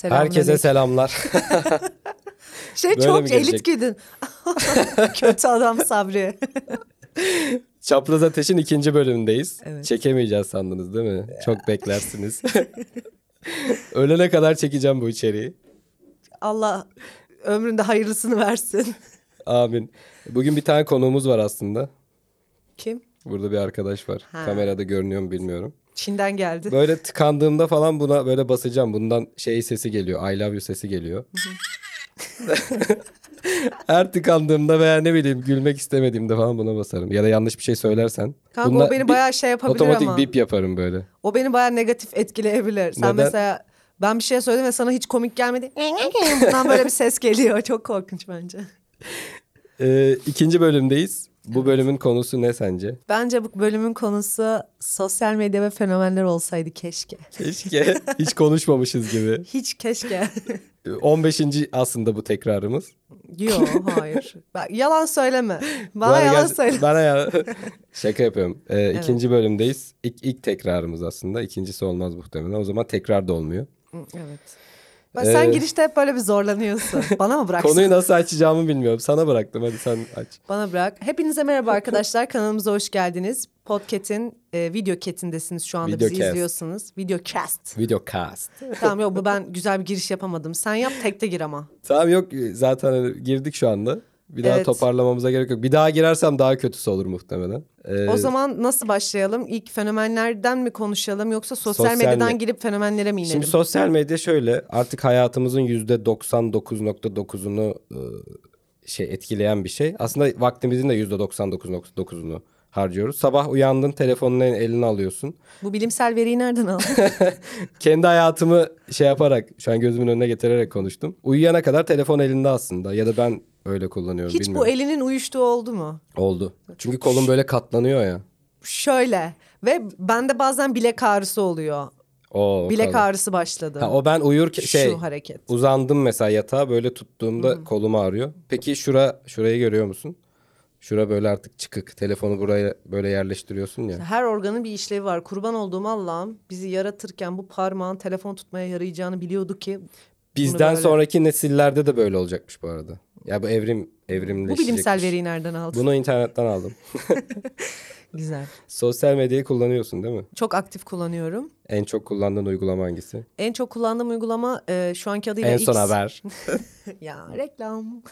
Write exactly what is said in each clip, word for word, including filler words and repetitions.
Herkese selamlar. Şey böyle çok elit gidin. Kötü adam Sabri. Çapraz Ateş'in ikinci bölümündeyiz. Evet. Çekemeyeceğiz sandınız değil mi? Çok beklersiniz. Ölene kadar çekeceğim bu içeriği. Allah ömründe hayırlısını versin. Amin. Bugün bir tane konuğumuz var aslında. Kim? Burada bir arkadaş var. Ha. Kamerada görünüyor mu bilmiyorum. Çin'den geldi. Böyle tıkandığımda falan buna böyle basacağım. Bundan şey sesi geliyor. I love you sesi geliyor. Her tıkandığımda veya ne bileyim gülmek istemediğimde falan buna basarım. Ya da yanlış bir şey söylersen. Kanka o beni bayağı şey yapabilir otomatik ama. Otomatik bip yaparım böyle. O beni bayağı negatif etkileyebilir. Sen Neden? mesela ben bir şey söyledim ve sana hiç komik gelmedi. Bundan böyle bir ses geliyor. Çok korkunç bence. Ee, ikinci bölümdeyiz. Bu evet. Bölümün konusu ne sence? Bence bu bölümün konusu sosyal medya ve fenomenler olsaydı keşke. Keşke. Hiç konuşmamışız gibi. Hiç keşke. on beşinci aslında bu tekrarımız. Yok hayır. Ben, yalan söyleme. Bana yalan gerçi, söyle. Bana ya şaka yapıyorum. Ee, evet. İkinci bölümdeyiz. İlk, ilk tekrarımız aslında. İkincisi olmaz muhtemelen. O zaman tekrar da olmuyor. Evet. Ben, ee, sen girişte hep böyle bir zorlanıyorsun. Bana mı bıraksın? Konuyu nasıl açacağımı bilmiyorum. Sana bıraktım. Hadi sen aç. Bana bırak. Hepinize merhaba arkadaşlar. Kanalımıza hoş geldiniz. Podcast'in e, video cat'indesiniz şu anda. Videocast. Bizi izliyorsunuz. Videocast. Videocast. Tamam yok bu ben güzel bir giriş yapamadım. Sen yap tekte gir ama. Tamam yok zaten girdik şu anda. Bir daha evet. Toparlamamıza gerek yok. Bir daha girersem daha kötüsü olur muhtemelen. Ee, o zaman nasıl başlayalım? İlk fenomenlerden mi konuşalım yoksa sosyal, sosyal medyadan me- girip fenomenlere mi inelim? Şimdi sosyal medya şöyle artık hayatımızın yüzde doksan dokuz nokta dokuzunu şey etkileyen bir şey. Aslında vaktimizin de yüzde doksan dokuz nokta dokuzunu harcıyoruz. Sabah uyandın telefonunu eline alıyorsun. Bu bilimsel veriyi nereden aldın? Kendi hayatımı şey yaparak şu an gözümün önüne getirerek konuştum. Uyuyana kadar telefon elinde aslında ya da ben öyle kullanıyorum. Hiç bilmiyorum. Bu elinin uyuştuğu oldu mu? Oldu. Çünkü kolum böyle katlanıyor ya. Şöyle ve bende bazen bilek ağrısı oluyor. Oo, bilek kalın. ağrısı başladı. Ha, o ben uyurken şey Şu hareket. Uzandım mesela yatağa böyle tuttuğumda Hı-hı. kolum ağrıyor. Peki şura şurayı görüyor musun? Şura böyle artık çıkık. Telefonu buraya böyle yerleştiriyorsun ya. Her organın bir işlevi var. Kurban olduğum Allah'ım bizi yaratırken bu parmağın telefon tutmaya yarayacağını biliyordu ki. Bizden böyle... sonraki nesillerde de böyle olacakmış bu arada. Ya bu evrim evrimleşecekmiş. Bu bilimsel veriyi nereden aldın? Bunu internetten aldım. Güzel. Sosyal medyayı kullanıyorsun değil mi? Çok aktif kullanıyorum. En çok kullandığın uygulama hangisi? En çok kullandığım uygulama e, şu anki adıyla en X. En son haber. Ya reklam.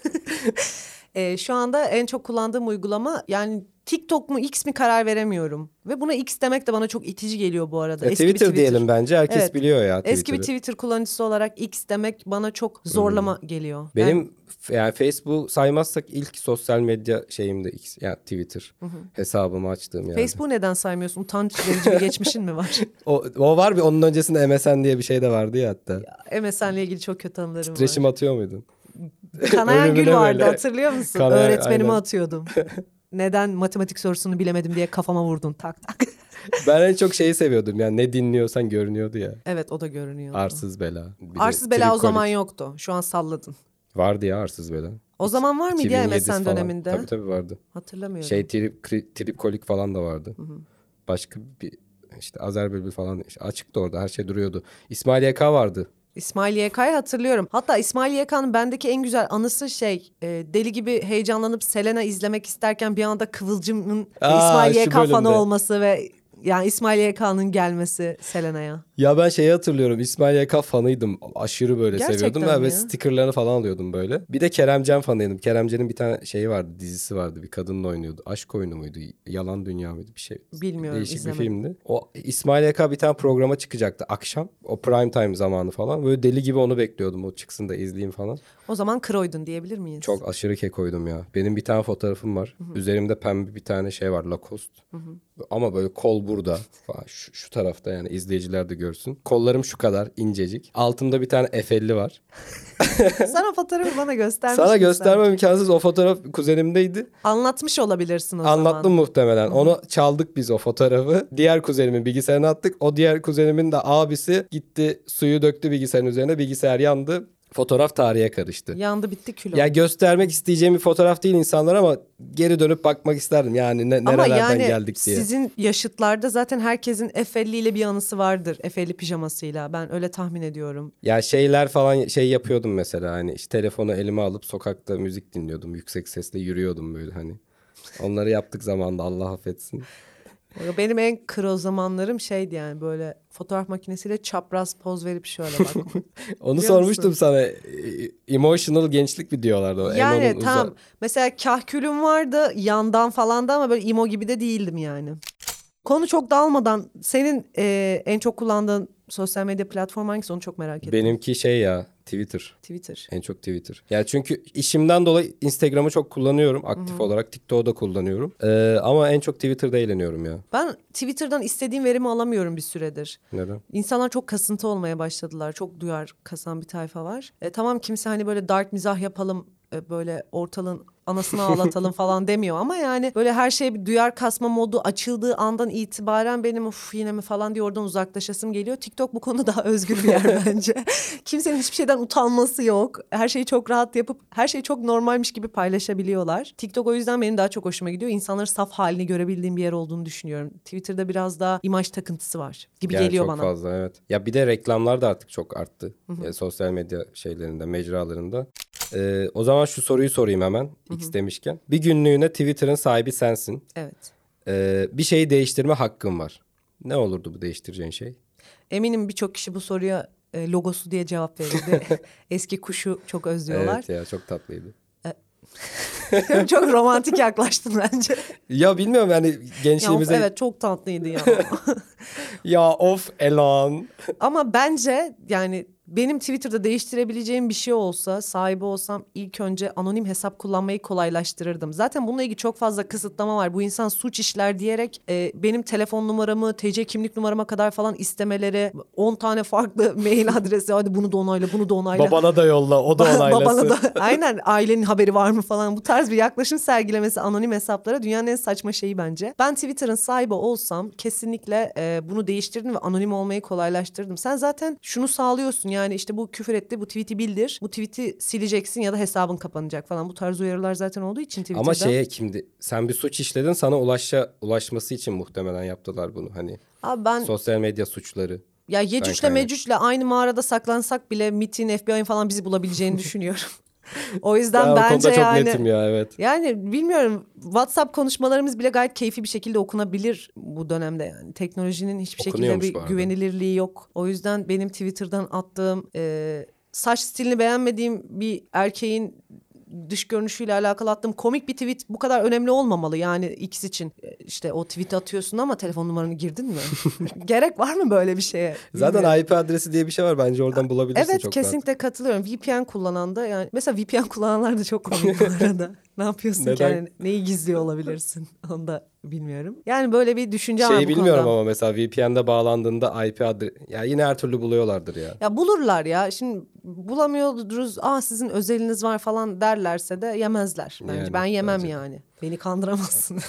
e, şu anda en çok kullandığım uygulama yani TikTok mu X mi karar veremiyorum. Ve buna X demek de bana çok itici geliyor bu arada. Ya Eski Twitter, bir Twitter diyelim bence. Herkes evet. biliyor ya Twitter'ı. Eski bir Twitter kullanıcısı olarak X demek bana çok zorlama hmm. geliyor. Benim yani, yani Facebook saymazsak ilk sosyal medya şeyim de X. Yani Twitter hı hı. hesabımı açtığım yani. Facebook'u neden saymıyorsun? Utanç verici bir geçmişin mi var? o, o var bir onun öncesinde M S N diye bir şey de vardı ya hatta. Ya, M S N'le ilgili çok kötü anılarım var. Titreşim atıyor muydun? Kanayan Gül vardı böyle. Hatırlıyor musun? Kanayan, Öğretmenime aynen. atıyordum. Neden matematik sorusunu bilemedim diye kafama vurdun tak tak. Ben en çok şeyi seviyordum yani ne dinliyorsan görünüyordu ya. Evet o da görünüyordu. Arsız Bela. Bir Arsız Bela o zaman yoktu. Şu an salladın. Vardı ya Arsız Bela. O zaman var mıydı ya M S N döneminde? Tabii tabii vardı. Hatırlamıyorum. Şey trip, tripkolik falan da vardı. Hı hı. Başka bir işte Azer Bülbül falan işte açıktı orada her şey duruyordu. İsmail Y K vardı. İsmail Y K'yı hatırlıyorum. Hatta İsmail Y K'nın bendeki en güzel anısı şey e, deli gibi heyecanlanıp Selena izlemek isterken bir anda Kıvılcım'ın Aa, İsmail Y K fanı olması ve yani İsmail Y K'nın gelmesi Selena'ya. Ya ben şeyi hatırlıyorum. İsmail Y K fanıydım. Aşırı böyle Gerçekten seviyordum. Ben ve stickerlarını falan alıyordum böyle. Bir de Keremcen fanıydım. Keremcen'in bir tane şeyi vardı. Dizisi vardı. Bir kadınla oynuyordu. Aşk oyunu muydu? Yalan Dünya mıydı? Bir şey. Bilmiyorum. Değişik izlemedim. bir filmdi. O İsmail Y K bir tane programa çıkacaktı akşam. O prime time zamanı falan. Böyle deli gibi onu bekliyordum. O çıksın da izleyeyim falan. O zaman kroydun diyebilir miyiz? Çok aşırı kekoydum ya. Benim bir tane fotoğrafım var. Hı-hı. Üzerimde pembe bir tane şey var. Lacoste. Hı-hı. Ama böyle kol burada falan. Şu, şu tarafta yani izleyiciler de görsün. Kollarım şu kadar incecik. Altımda bir tane F elli var. Sen o fotoğrafı bana göstermiştin. Sana göstermem sen. imkansız. O fotoğraf kuzenimdeydi. Anlatmış olabilirsin o Anlattım zaman. Anlattım muhtemelen. Hı-hı. Onu çaldık biz o fotoğrafı. Diğer kuzenimin bilgisayarına attık. O diğer kuzenimin de abisi gitti suyu döktü bilgisayarın üzerine. Bilgisayar yandı. Fotoğraf tarihe karıştı. Yandı bitti kilo. Ya göstermek isteyeceğim bir fotoğraf değil insanlar ama geri dönüp bakmak isterdim. Yani ne, nerelerden yani geldik diye. Sizin yaşıtlarda zaten herkesin F elli ile bir anısı vardır. F elli pijamasıyla. Ben öyle tahmin ediyorum. Ya şeyler falan şey yapıyordum mesela hani işte telefonu elime alıp sokakta müzik dinliyordum. Yüksek sesle yürüyordum böyle hani. Onları yaptık zamanında Allah affetsin. Benim en kro zamanlarım şeydi yani böyle fotoğraf makinesiyle çapraz poz verip şöyle bakmak. Onu Biliyor sormuştum musun? sana. Emotional gençlik videolarda o. Yani Emo'nun tamam. uza- Mesela kahkülüm vardı yandan falan da ama böyle emo gibi de değildim yani. Konu çok dağılmadan senin e, en çok kullandığın sosyal medya platformu hangisi onu çok merak ettim. Benimki şey ya Twitter. Twitter. En çok Twitter. Yani çünkü işimden dolayı Instagram'ı çok kullanıyorum aktif Hı-hı. olarak. TikTok'u da kullanıyorum. Ee, ama en çok Twitter'da eğleniyorum ya. Ben Twitter'dan istediğim verimi alamıyorum bir süredir. Neden? İnsanlar çok kasıntı olmaya başladılar. Çok duyar kasan bir tayfa var. E, tamam kimse hani böyle dark mizah yapalım e, böyle ortalığın anasını ağlatalım falan demiyor ama yani böyle her şey bir duyar kasma modu açıldığı andan itibaren benim uf yine mi falan diye oradan uzaklaşasım geliyor. TikTok bu konuda daha özgür bir yer bence. Kimsenin hiçbir şeyden utanması yok. Her şeyi çok rahat yapıp her şeyi çok normalmiş gibi paylaşabiliyorlar. TikTok o yüzden benim daha çok hoşuma gidiyor. İnsanların saf halini görebildiğim bir yer olduğunu düşünüyorum. Twitter'da biraz daha imaj takıntısı var gibi yani geliyor çok bana. Çok fazla evet. Ya bir de reklamlar da artık çok arttı. Yani sosyal medya şeylerinde, mecralarında. Ee, o zaman şu soruyu sorayım hemen Hı-hı. X demişken. Bir günlüğüne Twitter'ın sahibi sensin. Evet. Ee, bir şeyi değiştirme hakkın var. Ne olurdu bu değiştireceğin şey? Eminim birçok kişi bu soruya e, logosu diye cevap verirdi. Eski kuşu çok özlüyorlar. Evet ya çok tatlıydı. Çok romantik yaklaştın bence. Ya bilmiyorum yani gençliğimize... Ya of, evet çok tatlıydı ya. Ya of Elan. Ama bence yani benim Twitter'da değiştirebileceğim bir şey olsa, sahibi olsam ilk önce anonim hesap kullanmayı kolaylaştırırdım. Zaten bununla ilgili çok fazla kısıtlama var. Bu insan suç işler diyerek e, benim telefon numaramı, T C kimlik numarama kadar falan istemeleri, on tane farklı mail adresi, hadi bunu da onayla, bunu da onayla. Babana da yolla, o da onaylasın. Babana da, aynen, ailenin haberi var mı falan, bu tarz bir yaklaşım sergilemesi anonim hesaplara dünyanın en saçma şeyi bence. Ben Twitter'ın sahibi olsam kesinlikle e, bunu değiştirdim ve anonim olmayı kolaylaştırdım. Sen zaten şunu sağlıyorsun yani işte bu küfür etti, bu tweet'i bildir, bu tweet'i sileceksin ya da hesabın kapanacak falan, bu tarz uyarılar zaten olduğu için Twitter'da. Ama şeye kimdi, sen bir suç işledin, sana ulaşa, ulaşması için muhtemelen yaptılar bunu hani. Abi ben... Sosyal medya suçları. Ya Yecüc'le Mecüc'le aynı mağarada saklansak bile M I T'in, F B I'nin falan bizi bulabileceğini düşünüyorum. O yüzden ben bence o çok yani netim ya, evet. Yani bilmiyorum, WhatsApp konuşmalarımız bile gayet keyifli bir şekilde okunabilir bu dönemde yani. Teknolojinin hiçbir şekilde bir güvenilirliği yok. O yüzden benim Twitter'dan attığım e, saç stilini beğenmediğim bir erkeğin dış görünüşüyle alakalı attığım komik bir tweet bu kadar önemli olmamalı. Yani X için işte o tweet atıyorsun ama telefon numaranı girdin mi? Gerek var mı böyle bir şeye? Zaten bilmiyorum. I P adresi diye bir şey var, bence oradan bulabilirsin evet, çok kesinlikle rahat. Katılıyorum. V P N kullanan da yani mesela V P N kullananlar da çok komik bu arada. Ne yapıyorsun Neden? ki yani, neyi gizliyor olabilirsin onu da bilmiyorum. Yani böyle bir düşünce şey var bu bilmiyorum konuda. Ama mesela V P N'de bağlandığında I P adresi ya yine her türlü buluyorlardır ya. Ya bulurlar ya. Şimdi bulamıyoruz. Aa sizin özeliniz var falan derlerse de yemezler bence. Yani, ben yemem bence. Yani. Beni kandıramazsınız.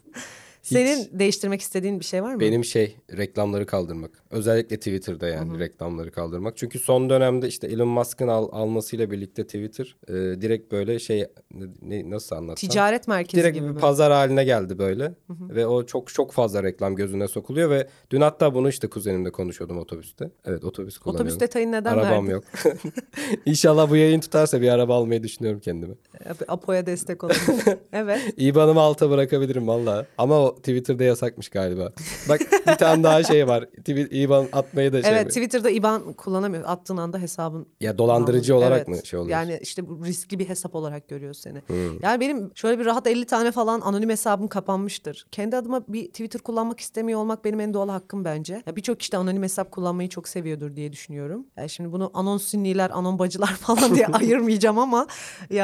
Senin değiştirmek istediğin bir şey var mı? Benim şey reklamları kaldırmak. Özellikle Twitter'da yani Hı-hı. reklamları kaldırmak. Çünkü son dönemde işte Elon Musk'ın al, almasıyla birlikte Twitter e, direkt böyle şey ne, nasıl anlatsam? Ticaret merkezi direkt gibi bir mi? pazar haline geldi böyle. Hı-hı. Ve o çok çok fazla reklam gözüne sokuluyor ve dün hatta bunu işte kuzenimle konuşuyordum otobüste. Evet, otobüs kullanıyorum. Otobüs detayını neden Arabam verdin? yok. İnşallah bu yayın tutarsa bir araba almayı düşünüyorum kendime. Apo'ya destek olun. Evet. İ B A N'ımı alta bırakabilirim valla. Ama o Twitter'da yasakmış galiba. Bak bir tane daha şey var. İ B A N atmayı da şey Evet, mi? Twitter'da İ B A N kullanamıyor. Attığın anda hesabın. Ya dolandırıcı olarak evet. mı şey oluyor? Yani işte bu riskli bir hesap olarak görüyor seni. Hmm. Yani benim şöyle bir rahat elli tane falan anonim hesabım kapanmıştır. Kendi adıma bir Twitter kullanmak istemiyor olmak benim en doğal hakkım bence. Ya birçok kişi de anonim hesap kullanmayı çok seviyordur diye düşünüyorum. Yani şimdi bunu anon sünniler, anon bacılar falan diye ayırmayacağım ama yani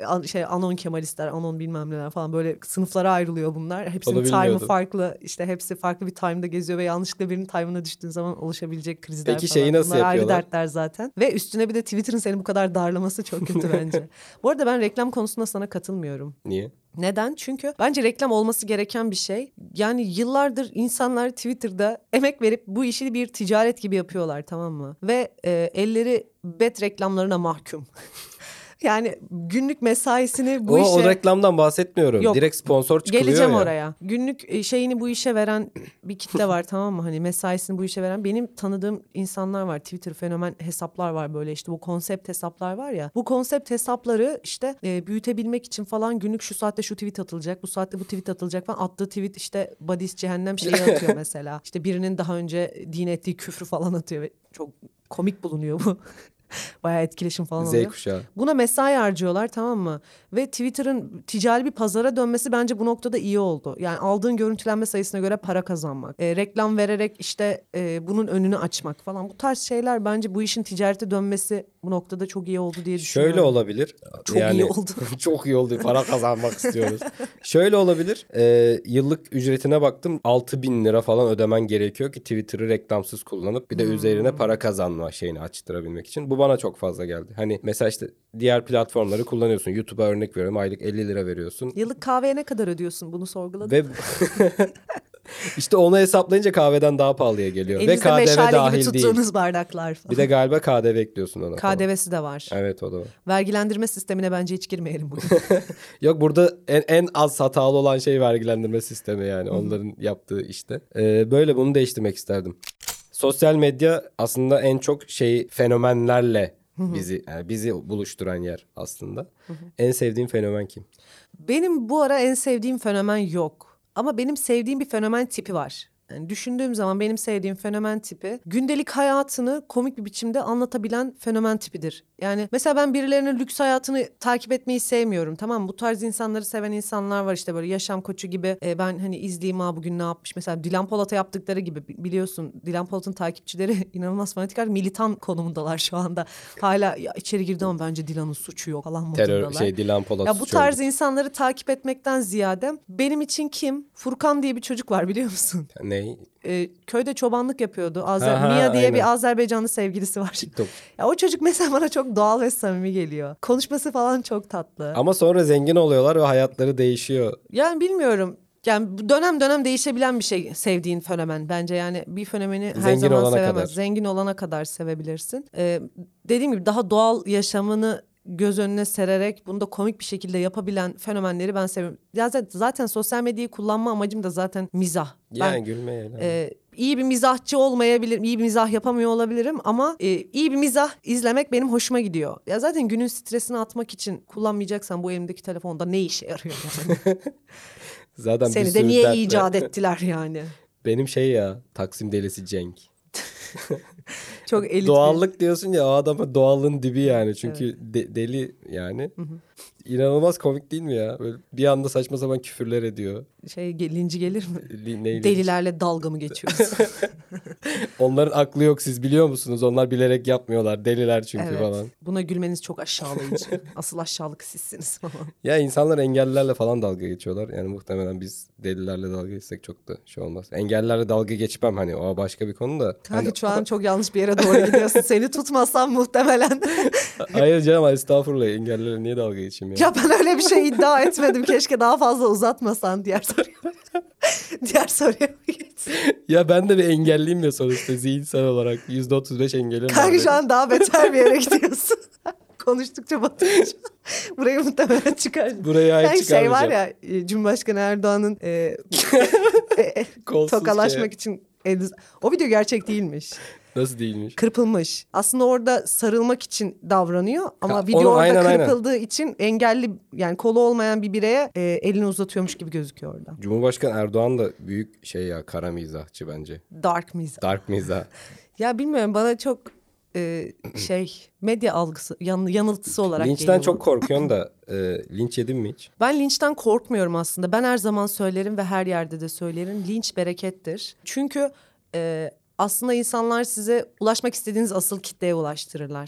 şey anon Kemalistler, anon bilmem neler falan böyle sınıflara ayrılıyor bunlar. Hepsinin Onu time'ı bilmiyordum. farklı. İşte hepsi farklı bir time'da geziyor ve yanlışlıkla birinin time'ına düştüğün zaman oluşabilecek krizler Peki falan. şeyi nasıl Bunlar yapıyorlar? ayrı dertler zaten. Ve üstüne bir de Twitter'ın seni bu kadar darlaması çok kötü bence. Bu arada ben reklam konusunda sana katılmıyorum. Niye? Neden? Çünkü bence reklam olması gereken bir şey. Yani yıllardır insanlar Twitter'da emek verip bu işi bir ticaret gibi yapıyorlar, tamam mı? Ve e, elleri bet reklamlarına mahkum. Yani günlük mesaisini bu o, işe... O reklamdan bahsetmiyorum. Yok, direkt sponsor çıkılıyor geleceğim ya. oraya. Günlük e, şeyini bu işe veren bir kitle var, tamam mı? Hani mesaisini bu işe veren benim tanıdığım insanlar var. Twitter fenomen hesaplar var böyle, işte bu konsept hesaplar var ya. Bu konsept hesapları işte e, büyütebilmek için falan günlük şu saatte şu tweet atılacak, bu saatte bu tweet atılacak falan. Attığı tweet işte bodies cehennem şeyi atıyor mesela. İşte birinin daha önce din ettiği küfrü falan atıyor ve çok komik bulunuyor bu. Bayağı etkileşim falan Z oluyor. kuşağı. Buna mesai harcıyorlar, tamam mı? Ve Twitter'ın ticari bir pazara dönmesi bence bu noktada iyi oldu. Yani aldığın görüntülenme sayısına göre para kazanmak, e, reklam vererek işte e, bunun önünü açmak falan. Bu tarz şeyler bence bu işin ticarete dönmesi bu noktada çok iyi oldu diye düşünüyorum. Şöyle olabilir. Çok yani, iyi oldu. Çok iyi oldu. Para kazanmak istiyoruz. Şöyle olabilir. E, yıllık ücretine baktım. altı bin lira falan ödemen gerekiyor ki Twitter'ı reklamsız kullanıp bir de hmm. üzerine para kazanma şeyini açtırabilmek için. Bu bana çok fazla geldi. Hani mesela işte diğer platformları kullanıyorsun. YouTube'a örnek veriyorum. Aylık elli lira veriyorsun. Yıllık kahveye ne kadar ödüyorsun? Bunu sorguladım. Ve İşte onu hesaplayınca kahveden daha pahalıya geliyor. Elinizde ve K D V meşale dahil gibi değil. tuttuğunuz bardaklar falan. Bir de galiba K D V ekliyorsun ona. K D V'si de var. Evet, o da var. Vergilendirme sistemine bence hiç girmeyelim bugün. Yok, burada en, en az hatalı olan şey vergilendirme sistemi yani. Onların yaptığı işte. Ee, böyle bunu değiştirmek isterdim. Sosyal medya aslında en çok şey fenomenlerle bizi yani bizi buluşturan yer aslında. En sevdiğin fenomen kim? Benim bu ara en sevdiğim fenomen yok. Ama benim sevdiğim bir fenomen tipi var. Yani düşündüğüm zaman benim sevdiğim fenomen tipi gündelik hayatını komik bir biçimde anlatabilen fenomen tipidir. Yani mesela ben birilerinin lüks hayatını takip etmeyi sevmiyorum, tamam mı? Bu tarz insanları seven insanlar var, işte böyle yaşam koçu gibi. E, ben hani izleyeyim ha bugün ne yapmış. Mesela Dilan Polat'a yaptıkları gibi, biliyorsun Dilan Polat'ın takipçileri inanılmaz fanatikler, militan konumundalar şu anda. Hala ya içeri girdi ama bence Dilan'ın suçu yok falan modundalar. Terör şey Dilan Polat ya bu tarz çözdük. insanları takip etmekten ziyade benim için kim? Furkan diye bir çocuk var, biliyor musun? Ne? E, köyde çobanlık yapıyordu. Azer Aha, Mia diye aynen. bir Azerbaycanlı sevgilisi var. TikTok. Ya o çocuk mesela bana çok doğal ve samimi geliyor. Konuşması falan çok tatlı. Ama sonra zengin oluyorlar ve hayatları değişiyor. Yani bilmiyorum. Yani dönem dönem değişebilen bir şey sevdiğin fenomen bence. Yani bir fenomeni her Zengin zaman olana sevemez. kadar. Zengin olana kadar sevebilirsin. Ee, dediğim gibi daha doğal yaşamını göz önüne sererek bunu da komik bir şekilde yapabilen fenomenleri ben seviyorum. Ya zaten, zaten sosyal medyayı kullanma amacım da zaten mizah. Yani ben, gülmeye. E, iyi bir mizahçı olmayabilirim, iyi bir mizah yapamıyor olabilirim ama e, iyi bir mizah izlemek benim hoşuma gidiyor. Ya zaten günün stresini atmak için kullanmayacaksan bu elimdeki telefonda ne işe yarıyor yani? Zaten Seni de niye dertle. icat ettiler yani? Benim şey ya, Taksim delisi Cenk. Çok elit. Doğallık bir... diyorsun ya, o adamın doğallığın dibi yani. Çünkü evet. de, deli yani. Hı hı. İnanılmaz komik değil mi ya? Böyle bir anda saçma sapan küfürler ediyor. Şey linci gelir mi? Li, neyle? Delilerle dalga mı geçiyoruz? Onların aklı yok, siz biliyor musunuz? Onlar bilerek yapmıyorlar. Deliler çünkü evet. falan. Buna gülmeniz çok aşağılayıcı. Asıl aşağılık sizsiniz falan. Ya insanlar engellilerle falan dalga geçiyorlar. Yani muhtemelen biz delilerle dalga geçsek çok da şey olmaz. Engellilerle dalga geçmem, hani o başka bir konu da. Hani... Hani... Şu an çok yanlış bir yere doğru gidiyorsun. Seni tutmasam muhtemelen. Hayır canım, estağfurullah, engellilerle niye dalga geçeyim ya? Ya ben öyle bir şey iddia etmedim. Keşke daha fazla uzatmasan diğer soruya. diğer soruya mı geçsin? Ya ben de bir engelliyim ya sonuçta, zihinsel olarak yüzde otuz beş engelim var. Kanka şu an daha beter bir yere gidiyorsun. Konuştukça batıracağım. Burayı muhtemelen çıkaracağım. Burayı hayır yani çıkarmayacağım. şey var ya, Cumhurbaşkanı Erdoğan'ın e, e, tokalaşmak şey. için eliniz... O video gerçek değilmiş. Nasıl değilmiş? Kırpılmış. Aslında orada sarılmak için davranıyor ama ha, video onu, orada aynen, kırpıldığı aynen. için engelli, yani kolu olmayan bir bireye e, elini uzatıyormuş gibi gözüküyor orada. Cumhurbaşkanı Erdoğan da büyük şey ya, kara mizahçı bence. Dark mizah. Dark mizah. Ya bilmiyorum, bana çok e, şey medya algısı yan, yanıltısı olarak linçten geliyor. çok korkuyorsun da e, linç yedin mi hiç? Ben linçten korkmuyorum aslında. Ben her zaman söylerim ve her yerde de söylerim. Linç berekettir. Çünkü e, aslında insanlar size ulaşmak istediğiniz asıl kitleye ulaştırırlar.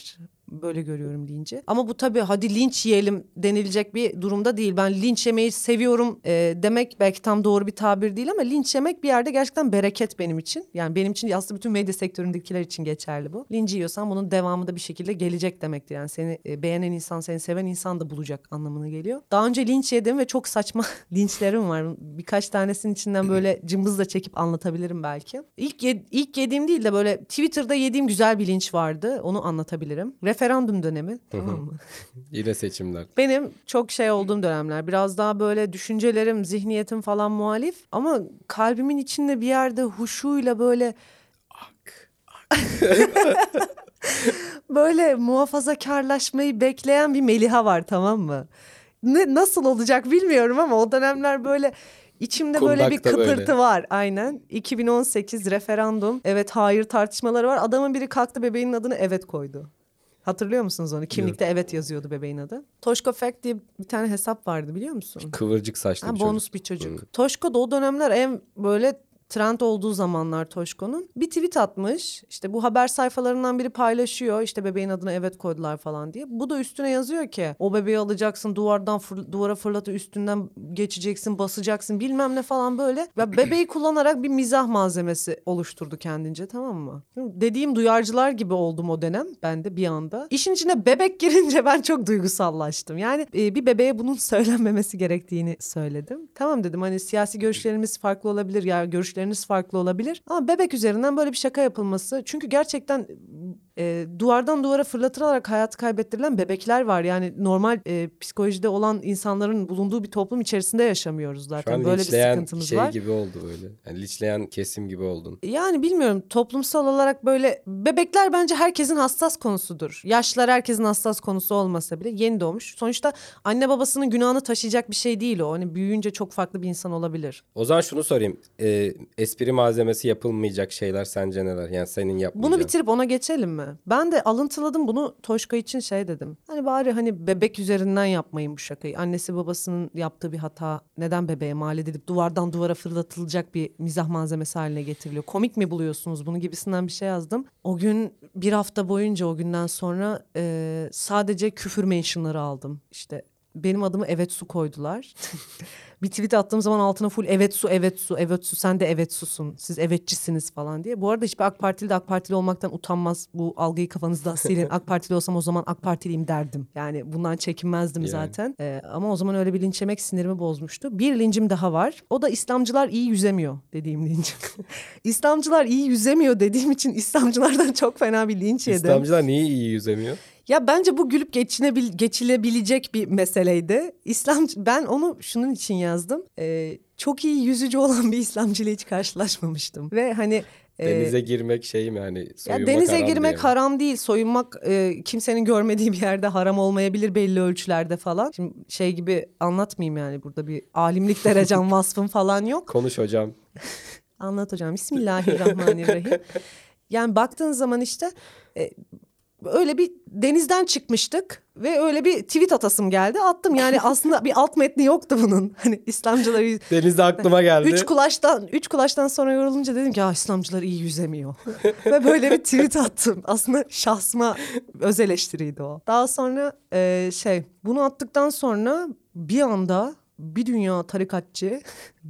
böyle görüyorum linci. Ama bu tabii hadi linç yiyelim denilecek bir durumda değil. Ben linç yemeyi seviyorum e, demek belki tam doğru bir tabir değil ama linç yemek bir yerde gerçekten bereket benim için. Yani benim için aslında bütün medya sektöründekiler için geçerli bu. Linç yiyorsan bunun devamı da bir şekilde gelecek demektir. Yani seni e, beğenen insan, seni seven insan da bulacak anlamına geliyor. Daha önce linç yedim ve çok saçma linçlerim var. Birkaç tanesinin içinden böyle cımbızla çekip anlatabilirim belki. İlk, ye- ilk yediğim değil de böyle Twitter'da yediğim güzel bir linç vardı. Onu anlatabilirim. Referandum dönemi. Tamam mı? Yine seçimler. Benim çok şey olduğum dönemler. Biraz daha böyle düşüncelerim, zihniyetim falan muhalif. Ama kalbimin içinde bir yerde huşuyla böyle... Ak, ak. böyle muhafazakarlaşmayı bekleyen bir Meliha var, tamam mı? Ne, nasıl olacak bilmiyorum ama o dönemler böyle... İçimde Kundakta böyle bir kıpırtı böyle. var aynen. iki bin on sekiz referandum. Evet hayır tartışmaları var. Adamın biri kalktı bebeğinin adını evet koydu. Hatırlıyor musunuz onu? Kimlikte evet, evet yazıyordu bebeğin adı. Toşko Fact diye bir tane hesap vardı biliyor musun? Kıvırcık saçlı ha, bir bonus çocuk. bir çocuk. Hı. Toşko da o dönemler en böyle trend olduğu zamanlar Toşko'nun. Bir tweet atmış. İşte bu haber sayfalarından biri paylaşıyor. İşte bebeğin adına evet koydular falan diye. Bu da üstüne yazıyor ki o bebeği alacaksın, duvardan fır, duvara fırlatıp üstünden geçeceksin, basacaksın bilmem ne falan böyle. Ve bebeği kullanarak bir mizah malzemesi oluşturdu kendince, tamam mı? Dediğim duyarcılar gibi oldum o dönem ben de bir anda. İşin içine bebek girince ben çok duygusallaştım. Yani e, bir bebeğe bunun söylenmemesi gerektiğini söyledim. Tamam dedim, hani siyasi görüşlerimiz farklı olabilir ya, görüşlerimiz farklı olabilir. Ama bebek üzerinden böyle bir şaka yapılması. Çünkü gerçekten e, duvardan duvara fırlatılarak hayatı kaybettirilen bebekler var. Yani normal e, psikolojide olan insanların bulunduğu bir toplum içerisinde yaşamıyoruz zaten. Şu an böyle bir linçleyen sıkıntımız şey var. gibi oldu böyle. Yani linçleyen kesim gibi oldun. Yani bilmiyorum, toplumsal olarak böyle bebekler bence herkesin hassas konusudur. Yaşlılar herkesin hassas konusu olmasa bile yeni doğmuş. Sonuçta anne babasının günahını taşıyacak bir şey değil o. Hani büyüyünce çok farklı bir insan olabilir. O zaman şunu sorayım. Ee, espri malzemesi yapılmayacak şeyler sence neler? Yani senin yapmayacağın. Bunu bitirip ona geçelim mi? Ben de alıntıladım bunu, Toşko için şey dedim. Hani bari hani bebek üzerinden yapmayın bu şakayı. Annesi babasının yaptığı bir hata neden bebeğe mal edilip duvardan duvara fırlatılacak bir mizah malzemesi haline getiriliyor? Komik mi buluyorsunuz bunu gibisinden bir şey yazdım. O gün bir hafta boyunca, o günden sonra e, sadece küfür mentionları aldım. İşte benim adımı evet su koydular. Bir tweet attığım zaman altına full evet su, evet su, evet su, sen de evet susun, siz evetçisiniz falan diye. Bu arada hiçbir AK Partili de AK Partili olmaktan utanmaz. Bu algıyı kafanızdan silin. AK Partili olsam o zaman AK Partiliyim derdim. Yani bundan çekinmezdim yani. Zaten. Ee, ama o zaman öyle bir linç yemek sinirimi bozmuştu. Bir lincim daha var. O da İslamcılar iyi yüzemiyor dediğim lincim. İslamcılar iyi yüzemiyor dediğim için İslamcılardan çok fena bir linç yedim. İslamcılar niye iyi yüzemiyor? Ya bence bu gülüp geçinebil, geçilebilecek bir meseleydi. İslam, ben onu şunun için yazdım. Ee, çok iyi yüzücü olan bir İslamcı ile hiç karşılaşmamıştım. Ve hani denize e, girmek şey mi hani soyunmak ya denize haram girmek diye haram değil. Soyunmak e, kimsenin görmediği bir yerde haram olmayabilir belli ölçülerde falan. Şimdi şey gibi anlatmayayım yani, burada bir alimlik derecem vasfım falan yok. Konuş hocam. Anlat hocam. Bismillahirrahmanirrahim. Yani baktığın zaman işte e, öyle bir denizden çıkmıştık ve öyle bir tweet atasım geldi. Attım yani, aslında bir alt metni yoktu bunun. Hani İslamcılar... Denizde aklıma geldi. Üç kulaştan, üç kulaştan sonra yorulunca dedim ki ya İslamcılar iyi yüzemiyor. Ve böyle bir tweet attım. Aslında şahsıma öz eleştiriydi o. Daha sonra e, şey bunu attıktan sonra bir anda bir dünya tarikatçı...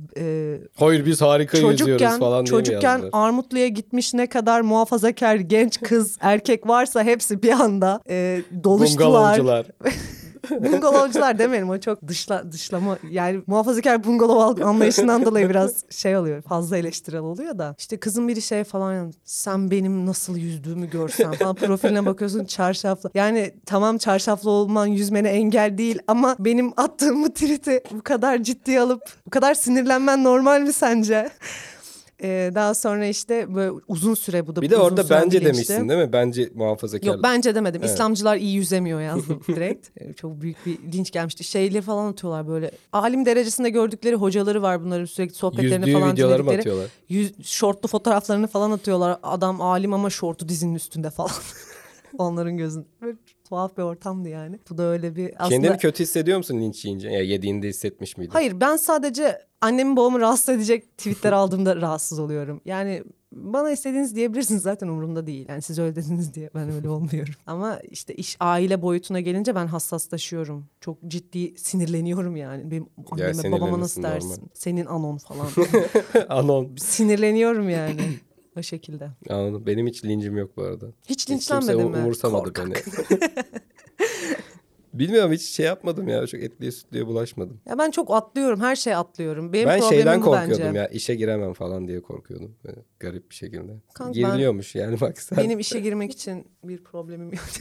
E, Hayır biz harika yüzüyoruz falan diye mi çocukken yazdılar? Armutlu'ya gitmiş ne kadar muhafazakar genç kız erkek varsa hepsi bir anda e, doluştular. Bungalovcular. Bungalovcular demeyelim, o çok dışla, dışlama yani muhafazakar bungalov anlayışından dolayı biraz şey oluyor, fazla eleştirel oluyor da. İşte kızın biri şey falan yani, sen benim nasıl yüzdüğümü görsen falan, profiline bakıyorsun çarşaflı. Yani tamam, çarşaflı olman yüzmene engel değil ama benim attığım bu tweet'i bu kadar ciddiye alıp bu kadar sinirlenmen normal mi sence? Ee, daha sonra işte böyle uzun süre bu da bir de orada süren bence bir linçti. demişsin değil mi? Bence muhafazakar. Yok bence demedim. Evet. İslamcılar iyi yüzemiyor yazdım direkt. Ee, çok büyük bir linç gelmişti. Şeyleri falan atıyorlar böyle. Alim derecesinde gördükleri hocaları var bunların, sürekli sohbetlerini Yüzdüğü falan videoları mı dinledikleri. atıyorlar? Yüz, şortlu fotoğraflarını falan atıyorlar. Adam alim ama şortu dizinin üstünde falan. Onların gözünde. Böyle tuhaf bir ortamdı yani. Bu da öyle bir aslında... Kendini kötü hissediyor musun linç yiyince? Ya yediğinde hissetmiş miydin? Hayır, ben sadece annemi babamı rahatsız edecek tweetler aldığımda rahatsız oluyorum. Yani bana istediğiniz diyebilirsiniz, zaten umurumda değil. Yani siz öyle dediniz diye ben öyle olmuyorum. Ama işte iş aile boyutuna gelince ben hassaslaşıyorum. Çok ciddi sinirleniyorum yani. Benim anneme babama nasıl dersin? Normal. Senin anon falan. Anon. Sinirleniyorum yani. O şekilde. Anladım. Benim hiç lincim yok bu arada. Hiç linçlenmedim mi? Kimse umursamadı Korkak. Beni. Bilmiyorum, hiç şey yapmadım ya. Çok etliye sütlüye bulaşmadım. Ya ben çok atlıyorum. Her şey atlıyorum. Benim ben şeyden korkuyordum bence. ya. İşe giremem falan diye korkuyordum. Böyle garip bir şekilde. Kanka giriliyormuş ben, yani bak sen. Benim işe girmek için bir problemim yok.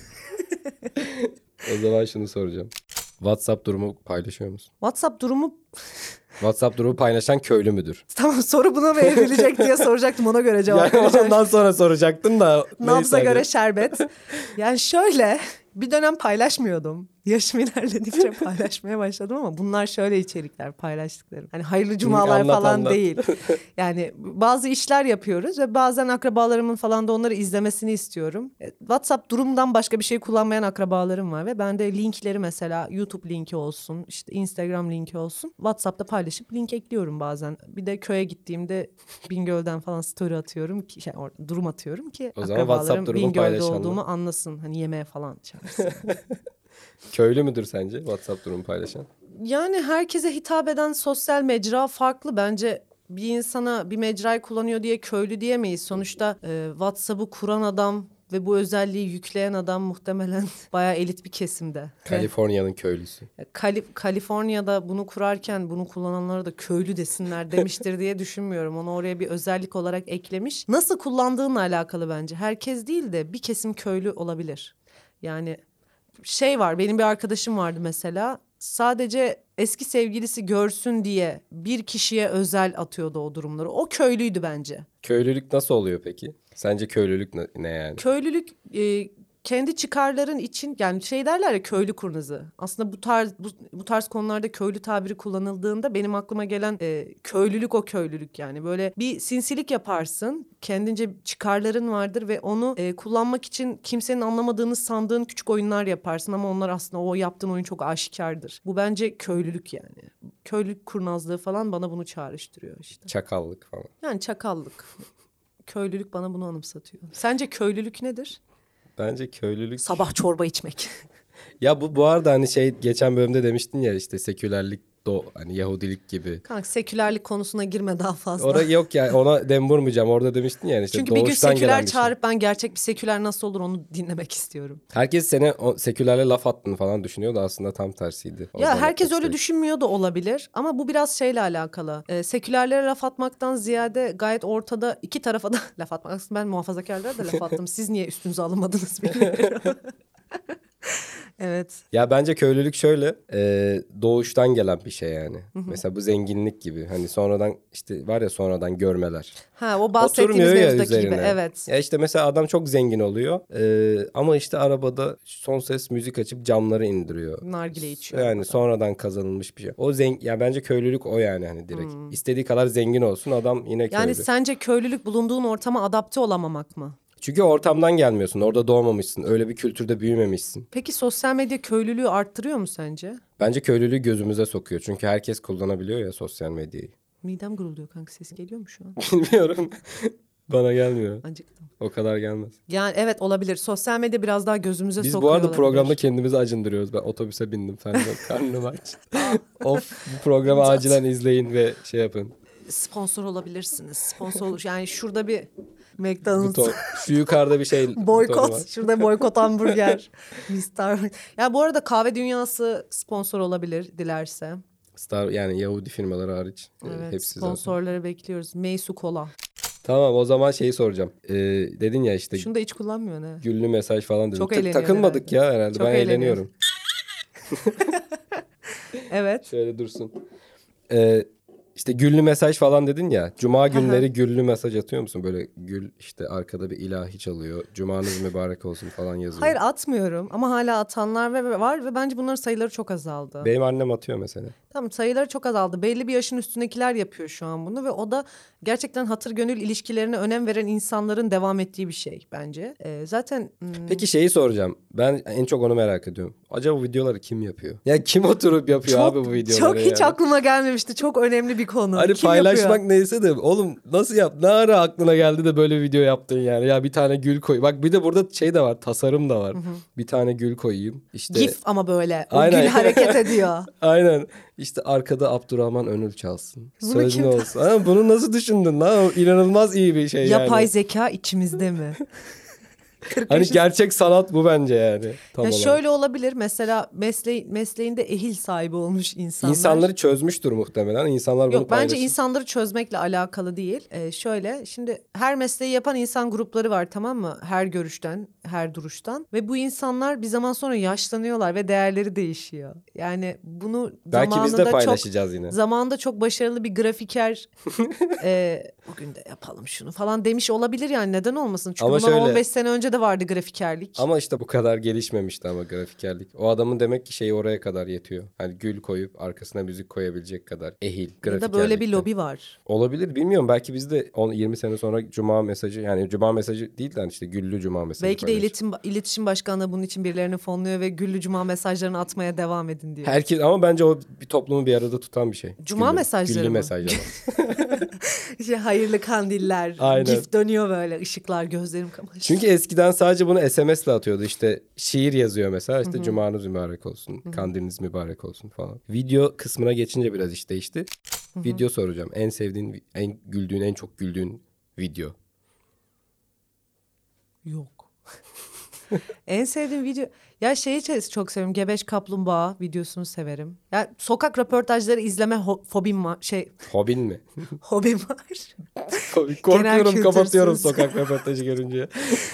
O zaman şunu soracağım. WhatsApp durumu paylaşıyor musun? WhatsApp durumu... WhatsApp durumu paylaşan köylü müdür? Tamam, soru buna mı evrilecek diye soracaktım, ona göre cevap yani vereceğim. Ondan sonra soracaktım da. Nabza göre şerbet. Yani şöyle, bir dönem paylaşmıyordum. Yaşım ilerledikçe paylaşmaya başladım ama bunlar şöyle içerikler paylaştıklarım. Hani hayırlı cumalar anlat, falan anlat. Değil. Yani bazı işler yapıyoruz ve bazen akrabalarımın falan da onları izlemesini istiyorum. WhatsApp durumdan başka bir şey kullanmayan akrabalarım var ve ben de linkleri, mesela YouTube linki olsun, işte Instagram linki olsun, WhatsApp'ta paylaşıp link ekliyorum bazen. Bir de köye gittiğimde Bingöl'den falan story atıyorum ki, şey, orada durum atıyorum ki o akrabalarım Bingöl'de olduğumu anlasın. Hani yemeğe falan çağırsın. Köylü müdür sence WhatsApp durumu paylaşan? Yani herkese hitap eden sosyal mecra farklı. Bence bir insana bir mecrayı kullanıyor diye köylü diyemeyiz. Sonuçta e, WhatsApp'ı kuran adam ve bu özelliği yükleyen adam muhtemelen bayağı elit bir kesimde. Kaliforniya'nın köylüsü. Kali- Kaliforniya'da bunu kurarken bunu kullananlara da köylü desinler demiştir diye düşünmüyorum. Onu oraya bir özellik olarak eklemiş. Nasıl kullandığınla alakalı bence. Herkes değil de bir kesim köylü olabilir. Yani... Şey var, benim bir arkadaşım vardı mesela, sadece eski sevgilisi görsün diye bir kişiye özel atıyordu o durumları. O köylüydü bence. Köylülük nasıl oluyor peki? Sence köylülük ne, ne yani? Köylülük e, kendi çıkarların için, yani şey derler ya, köylü kurnazı. Aslında bu tarz bu, bu tarz konularda köylü tabiri kullanıldığında benim aklıma gelen e, köylülük o köylülük yani. Böyle bir sinsilik yaparsın, kendince çıkarların vardır ve onu e, kullanmak için kimsenin anlamadığını sandığın küçük oyunlar yaparsın ama onlar aslında, o yaptığın oyun çok aşikardır. Bu bence köylülük yani. Köylülük kurnazlığı falan bana bunu çağrıştırıyor işte. Çakallık falan. Yani çakallık. Köylülük bana bunu anımsatıyor. Sence köylülük nedir? Bence köylülük... Sabah çorba içmek. Ya bu bu arada hani şey, geçen bölümde demiştin ya işte sekülerlik, do, hani Yahudilik gibi. Kanka sekülerlik konusuna girme daha fazla. Orada yok ya, ona dem vurmayacağım. Orada demiştin yani işte. Çünkü bir gün seküler çağırıp ben gerçek bir seküler nasıl olur onu dinlemek istiyorum. Herkes seni o sekülerle laf attığını falan düşünüyor da aslında tam tersiydi. Ya herkes öyle düşünmüyor da olabilir ama bu biraz şeyle alakalı. Ee, sekülerlere laf atmaktan ziyade gayet ortada iki tarafa da laf atmak. Aslında ben muhafazakarlara da laf attım. Siz niye üstünüze alınmadınız bilmiyorum. Evet. Ya bence köylülük şöyle, e, doğuştan gelen bir şey yani. Hı hı. Mesela bu zenginlik gibi. Hani sonradan işte var ya, sonradan görmeler. Ha, o bahsettiğimiz mevzudaki gibi, evet. Ya işte mesela adam çok zengin oluyor e, ama işte arabada son ses müzik açıp camları indiriyor. Nargile içiyor. Yani sonradan kazanılmış bir şey. O zengin, ya bence köylülük o yani, hani direkt. Hmm. İstediği kadar zengin olsun adam yine köylü. Yani sence köylülük bulunduğun ortama adapte olamamak mı? Çünkü ortamdan gelmiyorsun. Orada doğmamışsın. Öyle bir kültürde büyümemişsin. Peki sosyal medya köylülüğü arttırıyor mu sence? Bence köylülüğü gözümüze sokuyor. Çünkü herkes kullanabiliyor ya sosyal medyayı. Midem gurulduyor kanka, ses geliyor mu şu an? Bilmiyorum. Bana gelmiyor. Acıktım. O kadar gelmez. Yani evet, olabilir. Sosyal medya biraz daha gözümüze Biz sokuyor bu arada olabilir. Programda kendimizi acındırıyoruz. Ben otobüse bindim. Sen de karnım aç. Of, bu programı acilen izleyin ve şey yapın. Sponsor olabilirsiniz. Sponsor olur. Yani şurada bir McDonald's. Buton. Şu yukarıda bir şey. Boykot. Şurada boykot hamburger. Star. Ya bu arada kahve dünyası sponsor olabilir dilerse. Star, yani Yahudi firmaları hariç. Evet, hepsi sponsorları zaten bekliyoruz. Meysu Kola. Tamam, o zaman şeyi soracağım. Ee, dedin ya işte. Şunu da hiç kullanmıyor ne? Güllü mesaj falan dedin. Çok Ta- takılmadık herhalde. ya herhalde. Çok ben eğleniyorum. Evet. Şöyle dursun. Ee, işte güllü mesaj falan dedin ya. Cuma günleri güllü mesaj atıyor musun? Böyle gül, işte arkada bir ilahi çalıyor. Cumanız mübarek olsun falan yazıyor. Hayır, atmıyorum ama hala atanlar ve var ve bence bunların sayıları çok azaldı. Benim annem atıyor mesela. Tamam, sayıları çok azaldı. Belli bir yaşın üstündekiler yapıyor şu an bunu ve o da gerçekten hatır gönül ilişkilerine önem veren insanların devam ettiği bir şey bence. Ee, zaten... Hmm... Peki şeyi soracağım. Ben en çok onu merak ediyorum. Acaba bu videoları kim yapıyor? Ya kim oturup yapıyor çok, abi bu videoları? Çok yani? Hiç aklıma gelmemişti. Çok önemli bir konu. Hani kim paylaşmak yapıyor? neyse de oğlum nasıl yap? Ne ara aklına geldi de böyle video yaptın yani? Ya bir tane gül koy. Bak bir de burada şey de var. Tasarım da var. Hı hı. Bir tane gül koyayım. İşte... GIF ama böyle. O Aynen. gül hareket ediyor. Aynen. İşte arkada Abdurrahman Önül çalsın. Söz ne olsun. Ha, bunu nasıl düşündün lan? O inanılmaz iyi bir şey Yapay yani. Yapay zeka içimizde mi? Hani gerçek sanat bu bence yani. Tam ya olarak. şöyle olabilir. Mesela mesle mesleğinde ehil sahibi olmuş insanlar. İnsanları çözmüştür muhtemelen. İnsanlar bunu Yok, paylaşır. bence insanları çözmekle alakalı değil. Ee, şöyle şimdi her mesleği yapan insan grupları var, tamam mı? Her görüşten, her duruştan. Ve bu insanlar bir zaman sonra yaşlanıyorlar ve değerleri değişiyor. Yani bunu belki zamanında biz de paylaşacağız çok, yine. Zamanında çok başarılı bir grafiker e, bugün de yapalım şunu falan demiş olabilir yani, neden olmasın? Çünkü ama bundan şöyle, on beş sene önce de vardı grafikerlik. Ama işte bu kadar gelişmemişti ama grafikerlik. O adamın demek ki şeyi oraya kadar yetiyor. Hani gül koyup arkasına müzik koyabilecek kadar ehil grafikerlikte. Ya da böyle bir lobi var. Olabilir, bilmiyorum. Belki biz de on yirmi sene sonra cuma mesajı, yani cuma mesajı değil de işte güllü cuma mesajı. Belki de iletişim, iletişim başkanlığı bunun için birilerini fonluyor ve güllü cuma mesajlarını atmaya devam edin diyor. Herkes, ama bence o bir toplumu bir arada tutan bir şey. Cuma güllü, mesajları güllü mı? mesajları. İşte hayırlı kandiller, aynen. gif dönüyor böyle, ışıklar, gözlerim kamaşıyor. Çünkü eskiden sadece bunu S M S'le atıyordu. İşte şiir yazıyor mesela, işte cumanız mübarek olsun, kandiliniz mübarek olsun falan. Video kısmına geçince biraz iş değişti. Video soracağım. En sevdiğin, en güldüğün, en çok güldüğün video. Yok. En sevdiğim video... Ya şeyi çok seviyorum. Gebeş Kaplumbağa videosunu severim. Ya sokak röportajları izleme ho- fobim var. Şey... Hobin mi? Hobim var. Korkuyorum, kapatıyorum sokak röportajı görünce.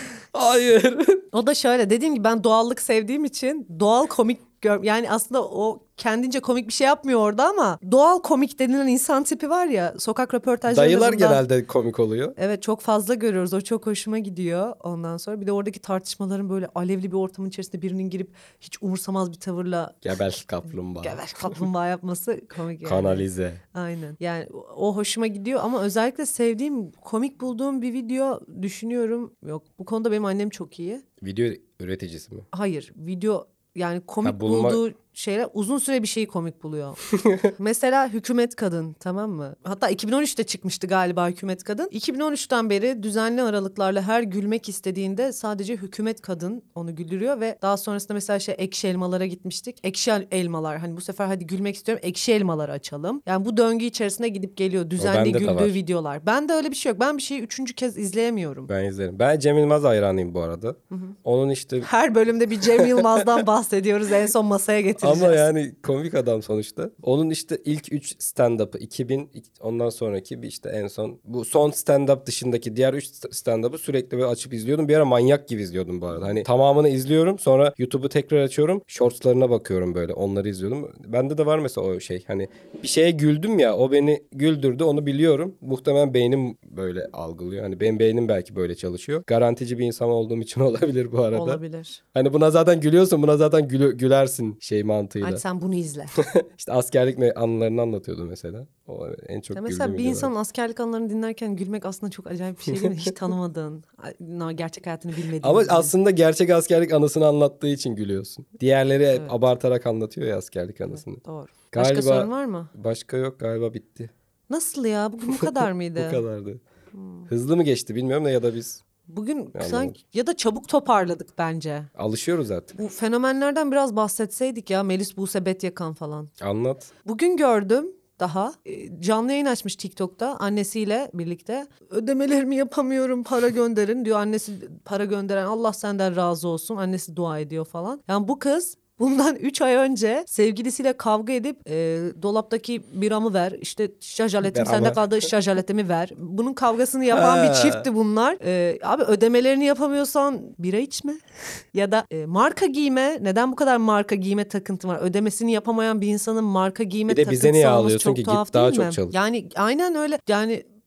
Hayır. O da şöyle, dediğim gibi ben doğallık sevdiğim için doğal komik gör... Yani aslında o kendince komik bir şey yapmıyor orada ama doğal komik denilen insan tipi var ya, sokak röportajlarında... Dayılar bundan... genelde komik oluyor. Evet, çok fazla görüyoruz. O çok hoşuma gidiyor ondan sonra. Bir de oradaki tartışmaların böyle alevli bir ortamın içerisinde birinin girip hiç umursamaz bir tavırla... Gebeş kaplumbağa. Gebeş kaplumbağa yapması komik yani. Kanalize. Aynen. Yani o hoşuma gidiyor ama özellikle sevdiğim, komik bulduğum bir video düşünüyorum. Yok, bu konuda benim annem çok iyi. Video üreticisi mi? Hayır, video yani komik ha, bulma... bulduğu şeyler, uzun süre bir şeyi komik buluyor. Mesela Hükümet Kadın, tamam mı? Hatta iki bin on üçte çıkmıştı galiba Hükümet Kadın. iki bin on üçten beri düzenli aralıklarla her gülmek istediğinde sadece Hükümet Kadın onu güldürüyor ve daha sonrasında mesela şey Ekşi Elmalar'a gitmiştik. Ekşi Elmalar, hani bu sefer hadi gülmek istiyorum, Ekşi Elmaları açalım. Yani bu döngü içerisinde gidip geliyor düzenli güldüğü videolar. Ben de öyle bir şey yok. Ben bir şeyi üçüncü kez izleyemiyorum. Ben izlerim. Ben Cem Yılmaz hayranıyım bu arada. Hı hı. Onun işte... Her bölümde bir Cem Yılmaz'dan bahsediyoruz. En son masaya getireceğiz. Ama yani komik adam sonuçta. Onun işte ilk üç stand-up'ı iki bin, ondan sonraki bir işte en son bu son stand-up dışındaki diğer üç stand-up'ı sürekli böyle açıp izliyordum. Bir ara manyak gibi izliyordum bu arada. Hani tamamını izliyorum, sonra YouTube'u tekrar açıyorum. Shorts'larına bakıyorum böyle. Onları izliyordum. Bende de var mesela o şey. Hani bir şeye güldüm ya, o beni güldürdü, onu biliyorum. Muhtemelen beynim böyle algılıyor. Hani benim beynim belki böyle çalışıyor. Garantici bir insan olduğum için olabilir bu arada. Olabilir. Hani buna zaten gülüyorsun, buna zaten gülü, gülersin şey mantığıyla. Hadi sen bunu izle. İşte askerlik anılarını anlatıyordu mesela. O en çok ya mesela bir videolar. insanın askerlik anılarını dinlerken gülmek aslında çok acayip bir şey değil mi? Hiç tanımadığın, gerçek hayatını bilmediğin. Ama gibi. Aslında gerçek askerlik anısını anlattığı için gülüyorsun. Diğerleri evet. abartarak anlatıyor ya askerlik anısını. Evet, doğru. Galiba, başka sorun var mı? Başka yok galiba, bitti. Nasıl ya? Bugün bu kadar mıydı? Bu kadardı. Hmm. Hızlı mı geçti bilmiyorum da, ya da biz... Bugün sanki ya da çabuk toparladık bence. Alışıyoruz artık. Bu fenomenlerden biraz bahsetseydik ya, Melis Buse Betyakan falan. Anlat. Bugün gördüm daha. Canlı yayın açmış TikTok'ta annesiyle birlikte. Ödemelerimi yapamıyorum, para gönderin diyor. Annesi para gönderen, Allah senden razı olsun. Annesi dua ediyor falan. Yani bu kız bundan üç ay önce sevgilisiyle kavga edip e, dolaptaki biramı ver, işte şajaletim sende kaldı, şajaletimi ver. Bunun kavgasını yapan ha. bir çiftti bunlar. E, abi ödemelerini yapamıyorsan bira içme. Ya da e, marka giyme. Neden bu kadar marka giyme takıntı var? Ödemesini yapamayan bir insanın marka giyme takıntısı olması çok tuhaf değil mi? Daha çok çalış. Yani aynen öyle. Yani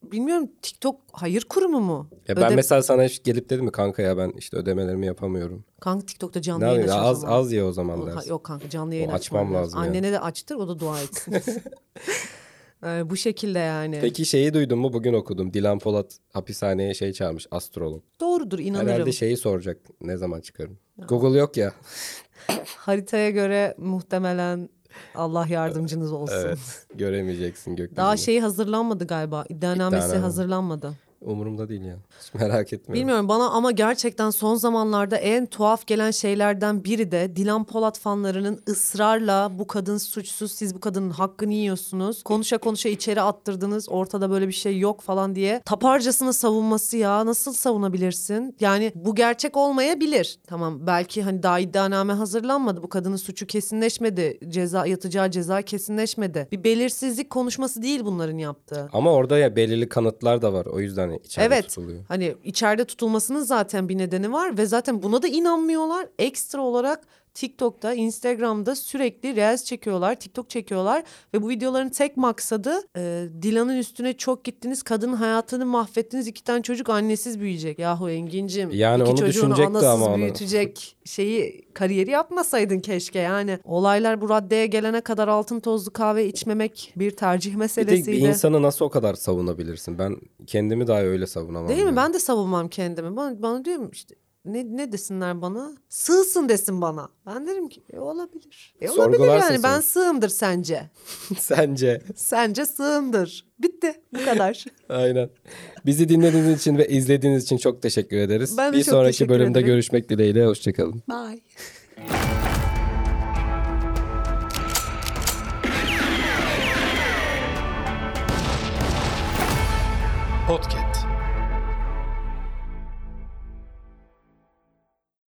bilmiyorum, TikTok hayır kurumu mu? Ya ben Öde... mesela sana hiç gelip dedim mi kanka ya ben işte ödemelerimi yapamıyorum. Kanka TikTok'ta canlı yayın aç o az, zaman. Az ya o zaman o, dersin. Yok kanka canlı yayın açmam lazım. Annene yani. de açtır, o da dua etsin. Yani bu şekilde yani. Peki şeyi duydun mu? Bugün okudum. Dilan Polat hapishaneye şey çağırmış, astrolog. Doğrudur, inanırım. Herhalde şeyi soracak. Ne zaman çıkarım? Ya. Google yok ya. Haritaya göre muhtemelen Allah yardımcınız olsun. Evet. Göremeyeceksin gökyüzünü. Daha şeyi hazırlanmadı galiba. İddianamesi İddianame. hazırlanmadı. Umurumda değil yani. Hiç merak etmiyorum. Bilmiyorum bana ama gerçekten son zamanlarda en tuhaf gelen şeylerden biri de Dilan Polat fanlarının ısrarla bu kadın suçsuz, siz bu kadının hakkını yiyorsunuz. Konuşa konuşa içeri attırdınız, ortada böyle bir şey yok falan diye. Taparcasına savunması ya, nasıl savunabilirsin? Yani bu gerçek olmayabilir. Tamam, belki hani daha iddianame hazırlanmadı, bu kadının suçu kesinleşmedi, ceza yatacağı ceza kesinleşmedi. Bir belirsizlik konuşması değil bunların yaptığı. Ama orada ya belirli kanıtlar da var, o yüzden İçeride evet tutuluyor. Hani içeride tutulmasının zaten bir nedeni var ve zaten buna da inanmıyorlar. Ekstra olarak TikTok'ta, Instagram'da sürekli Reels çekiyorlar, TikTok çekiyorlar ve bu videoların tek maksadı e, Dilan'ın üstüne çok gittiniz, kadının hayatını mahvettiniz, iki tane çocuk annesiz büyüyecek. Yahu Engin'cim, yani iki onu çocuğunu anasız ama büyütecek onu. şeyi, kariyeri yapmasaydın keşke yani. Olaylar bu raddeye gelene kadar altın tozlu kahve içmemek bir tercih meselesiydi. Bir, bir insanı nasıl o kadar savunabilirsin? Ben kendimi dahi öyle savunamam. Değil yani. mi? Ben de savunmam kendimi. Bana, bana diyorum işte ne ne desinler bana? Sığsın desin bana. Ben derim ki e, olabilir. E, olabilir yani. Ben sığımdır sence. Sence. Sence sığımdır. Bitti. Bu kadar. Aynen. Bizi dinlediğiniz için ve izlediğiniz için çok teşekkür ederiz. Ben de Bir çok sonraki bölümde ederim. görüşmek dileğiyle. Hoşçakalın. Bye. Podcast.